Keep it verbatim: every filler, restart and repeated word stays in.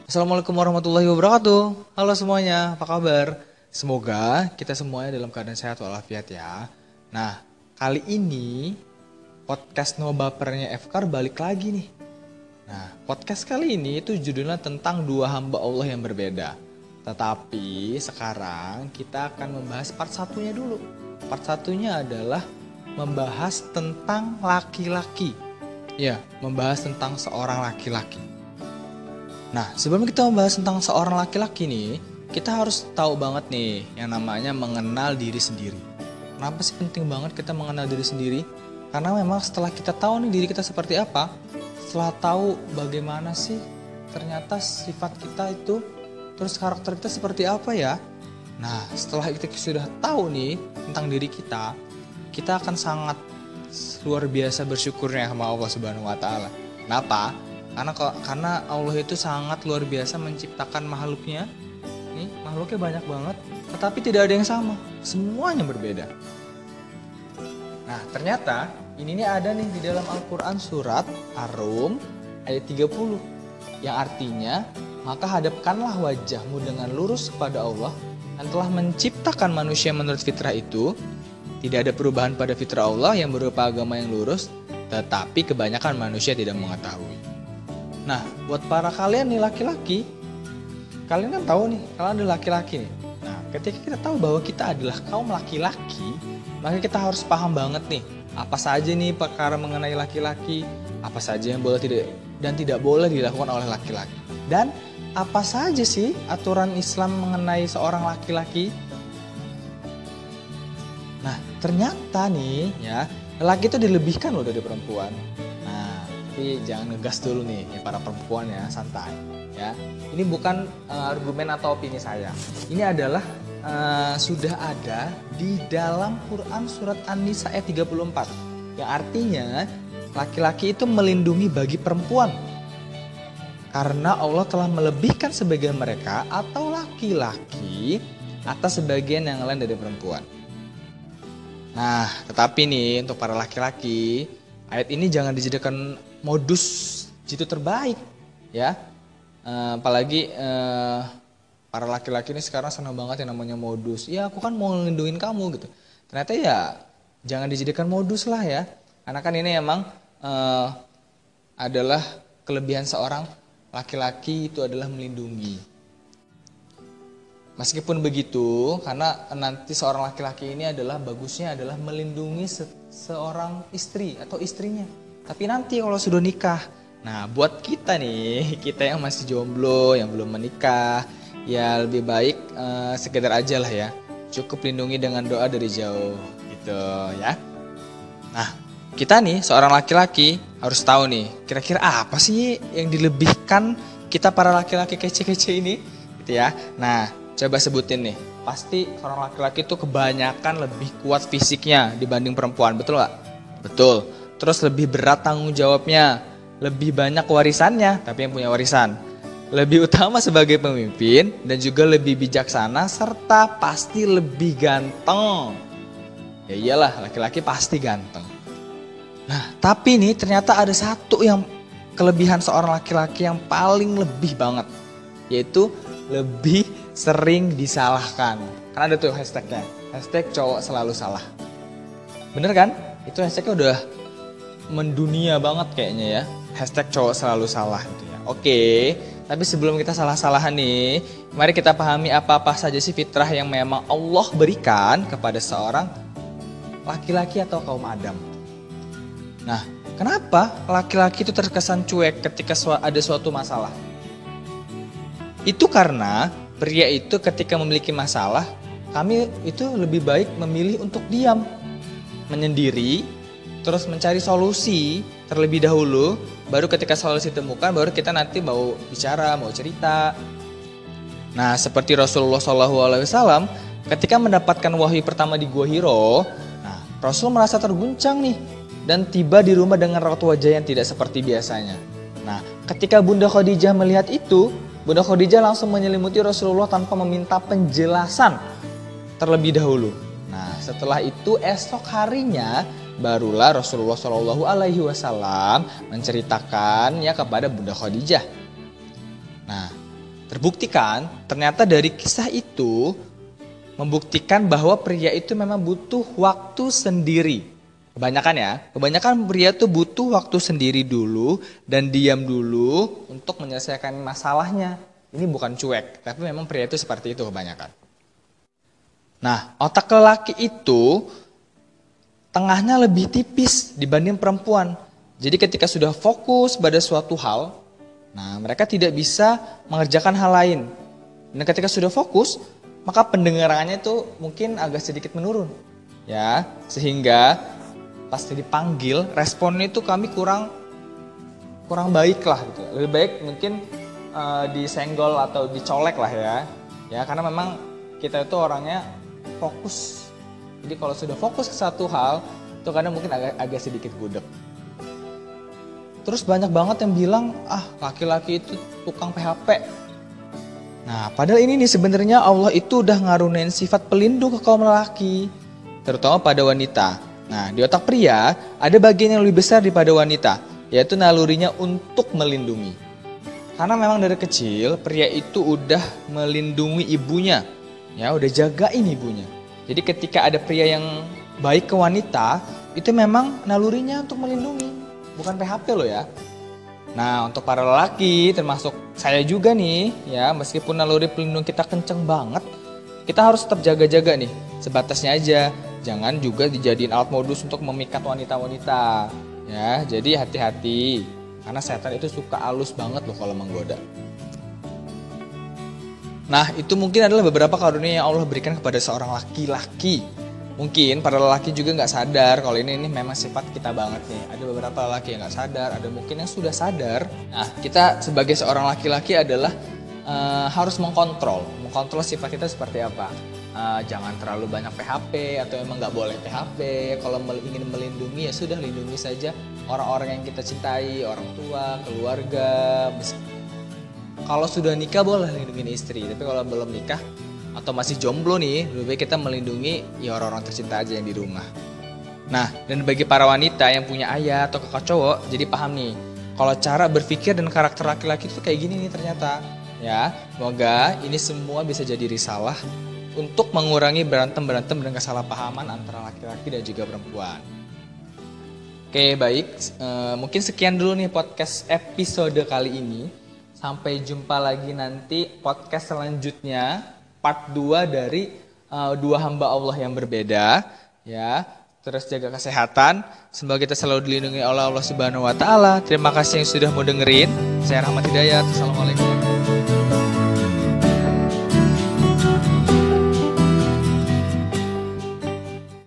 Assalamualaikum warahmatullahi wabarakatuh. Halo semuanya, apa kabar? Semoga kita semuanya dalam keadaan sehat walafiat ya. Nah, kali ini podcast No Bapernya F-Kar balik lagi nih. Nah, podcast kali ini itu judulnya tentang dua hamba Allah yang berbeda. Tetapi sekarang kita akan membahas part satunya dulu. Part satunya adalah membahas tentang laki-laki. Ya, membahas tentang seorang laki-laki. Nah, sebelum kita membahas tentang seorang laki-laki nih, kita harus tahu banget nih yang namanya mengenal diri sendiri. Kenapa sih penting banget kita mengenal diri sendiri? Karena memang setelah kita tahu nih diri kita seperti apa, setelah tahu bagaimana sih ternyata sifat kita itu, terus karakter kita seperti apa ya? Nah, setelah kita sudah tahu nih tentang diri kita, kita akan sangat luar biasa bersyukurnya sama Allah Subhanahu wa taala. Kenapa? Karena karena Allah itu sangat luar biasa menciptakan makhluknya. Nih, makhluknya banyak banget, tetapi tidak ada yang sama. Semuanya berbeda. Nah, ternyata ini nih ada nih di dalam Al-Qur'an surat Ar-Rum ayat tiga puluh. Yang artinya, maka hadapkanlah wajahmu dengan lurus kepada Allah yang telah menciptakan manusia menurut fitrah itu. Tidak ada perubahan pada fitrah Allah yang berupa agama yang lurus, tetapi kebanyakan manusia tidak mengetahui. Nah, buat para kalian nih laki-laki, kalian kan tahu nih, kalian adalah laki-laki nih. Nah, ketika kita tahu bahwa kita adalah kaum laki-laki, maka kita harus paham banget nih, apa saja nih perkara mengenai laki-laki, apa saja yang boleh tidak dan tidak boleh dilakukan oleh laki-laki. Dan apa saja sih aturan Islam mengenai seorang laki-laki? Nah, ternyata nih ya, laki itu dilebihkan loh dari perempuan. Tapi jangan ngegas dulu nih ya para perempuan ya, santai ya. Ini bukan uh, argumen atau opini saya. Ini adalah uh, sudah ada di dalam Quran surat An-Nisa ayat tiga puluh empat. Yang artinya laki-laki itu melindungi bagi perempuan. Karena Allah telah melebihkan sebagian mereka atau laki-laki atas sebagian yang lain dari perempuan. Nah, tetapi nih untuk para laki-laki, ayat ini jangan dijadikan modus jitu terbaik ya, e, apalagi e, para laki-laki ini sekarang senang banget yang namanya modus. Ya aku kan mau ngelindungin kamu gitu. Ternyata ya jangan dijadikan modus lah ya. Karena kan ini emang e, adalah kelebihan seorang laki-laki itu adalah melindungi. Meskipun begitu, karena nanti seorang laki-laki ini adalah bagusnya adalah melindungi se- seorang istri atau istrinya. Tapi nanti kalau sudah nikah, nah buat kita nih, kita yang masih jomblo, yang belum menikah, ya lebih baik uh, sekedar aja lah ya. Cukup lindungi dengan doa dari jauh gitu ya. Nah, kita nih seorang laki-laki harus tahu nih, kira-kira apa sih yang dilebihkan kita para laki-laki kece-kece ini gitu ya. Nah, coba sebutin nih. Pasti seorang laki-laki itu kebanyakan lebih kuat fisiknya dibanding perempuan, betul gak? Betul. Terus lebih berat tanggung jawabnya, lebih banyak warisannya, tapi yang punya warisan. Lebih utama sebagai pemimpin dan juga lebih bijaksana serta pasti lebih ganteng. Ya iyalah, laki-laki pasti ganteng. Nah, tapi nih ternyata ada satu yang kelebihan seorang laki-laki yang paling lebih banget, yaitu lebih sering disalahkan. Karena ada tuh hashtagnya, hashtag cowok selalu salah. Bener kan? Itu hashtagnya udah mendunia banget kayaknya ya. Hashtag cowok selalu salah gitu ya. Oke, tapi sebelum kita salah-salahan nih, mari kita pahami apa-apa saja sih fitrah yang memang Allah berikan kepada seorang laki-laki atau kaum Adam. Nah, kenapa laki-laki itu terkesan cuek ketika ada suatu masalah? Itu karena pria itu ketika memiliki masalah, kami itu lebih baik memilih untuk diam, menyendiri, terus mencari solusi terlebih dahulu, baru ketika solusi ditemukan, baru kita nanti mau bicara, mau cerita. Nah, seperti Rasulullah shallallahu alaihi wasallam, ketika mendapatkan wahyu pertama di Gua Hiro, nah, Rasul merasa terguncang nih, dan tiba di rumah dengan raut wajah yang tidak seperti biasanya. Nah, ketika Bunda Khadijah melihat itu, Bunda Khadijah langsung menyelimuti Rasulullah tanpa meminta penjelasan terlebih dahulu. Nah, setelah itu esok harinya barulah Rasulullah shallallahu alaihi wasallam menceritakannya kepada Bunda Khadijah. Nah, terbuktikan ternyata dari kisah itu membuktikan bahwa pria itu memang butuh waktu sendiri. Kebanyakan ya, kebanyakan pria tuh butuh waktu sendiri dulu dan diam dulu untuk menyelesaikan masalahnya. Ini bukan cuek, tapi memang pria itu seperti itu kebanyakan. Nah, otak lelaki itu tengahnya lebih tipis dibanding perempuan. Jadi ketika sudah fokus pada suatu hal, nah mereka tidak bisa mengerjakan hal lain. Dan ketika sudah fokus, maka pendengarannya itu mungkin agak sedikit menurun. Ya, sehingga pasti dipanggil, responnya itu kami kurang kurang baik lah gitu. Lebih baik mungkin uh, disenggol atau dicolek lah ya. Ya, karena memang kita itu orangnya fokus. Jadi kalau sudah fokus ke satu hal, itu kadang mungkin agak agak sedikit gudeg. Terus banyak banget yang bilang, ah laki-laki itu tukang P H P. Nah, padahal ini nih sebenarnya Allah itu udah ngarunin sifat pelindung ke kaum lelaki, terutama pada wanita. Nah, di otak pria ada bagian yang lebih besar daripada wanita, yaitu nalurinya untuk melindungi. Karena memang dari kecil pria itu udah melindungi ibunya, ya udah jagain ibunya. Jadi ketika ada pria yang baik ke wanita, itu memang nalurinya untuk melindungi, bukan P H P loh ya. Nah, untuk para lelaki termasuk saya juga nih, ya meskipun naluri pelindung kita kenceng banget, kita harus tetap jaga-jaga nih, sebatasnya aja. Jangan juga dijadiin alat modus untuk memikat wanita-wanita. Ya, jadi hati-hati. Karena setan itu suka halus banget loh kalau menggoda. Nah, itu mungkin adalah beberapa karunia yang Allah berikan kepada seorang laki-laki. Mungkin para lelaki juga nggak sadar kalau ini, ini memang sifat kita banget nih. Ada beberapa lelaki yang nggak sadar, ada mungkin yang sudah sadar. Nah, kita sebagai seorang laki-laki adalah uh, harus mengkontrol. Mengkontrol sifat kita seperti apa. Uh, jangan terlalu banyak P H P atau emang nggak boleh P H P. Kalau ingin melindungi ya sudah lindungi saja orang-orang yang kita cintai, orang tua, keluarga. Kalau sudah nikah boleh lindungi istri, tapi kalau belum nikah atau masih jomblo nih, lebih baik kita melindungi ya orang-orang tercinta aja yang di rumah. Nah, dan bagi para wanita yang punya ayah atau kakak cowok, jadi paham nih, kalau cara berpikir dan karakter laki-laki itu kayak gini nih ternyata. Ya, semoga ini semua bisa jadi risalah untuk mengurangi berantem-berantem dan kesalahpahaman antara laki-laki dan juga perempuan. Oke, baik. E, mungkin sekian dulu nih podcast episode kali ini. Sampai jumpa lagi nanti podcast selanjutnya, part dua dari uh, dua hamba Allah yang berbeda. Ya, terus jaga kesehatan. Semoga kita selalu dilindungi oleh Allah Subhanahu Wa Taala. Terima kasih yang sudah mau dengerin. Saya Rahmat Hidayat. Assalamualaikum warahmatullahi wabarakatuh.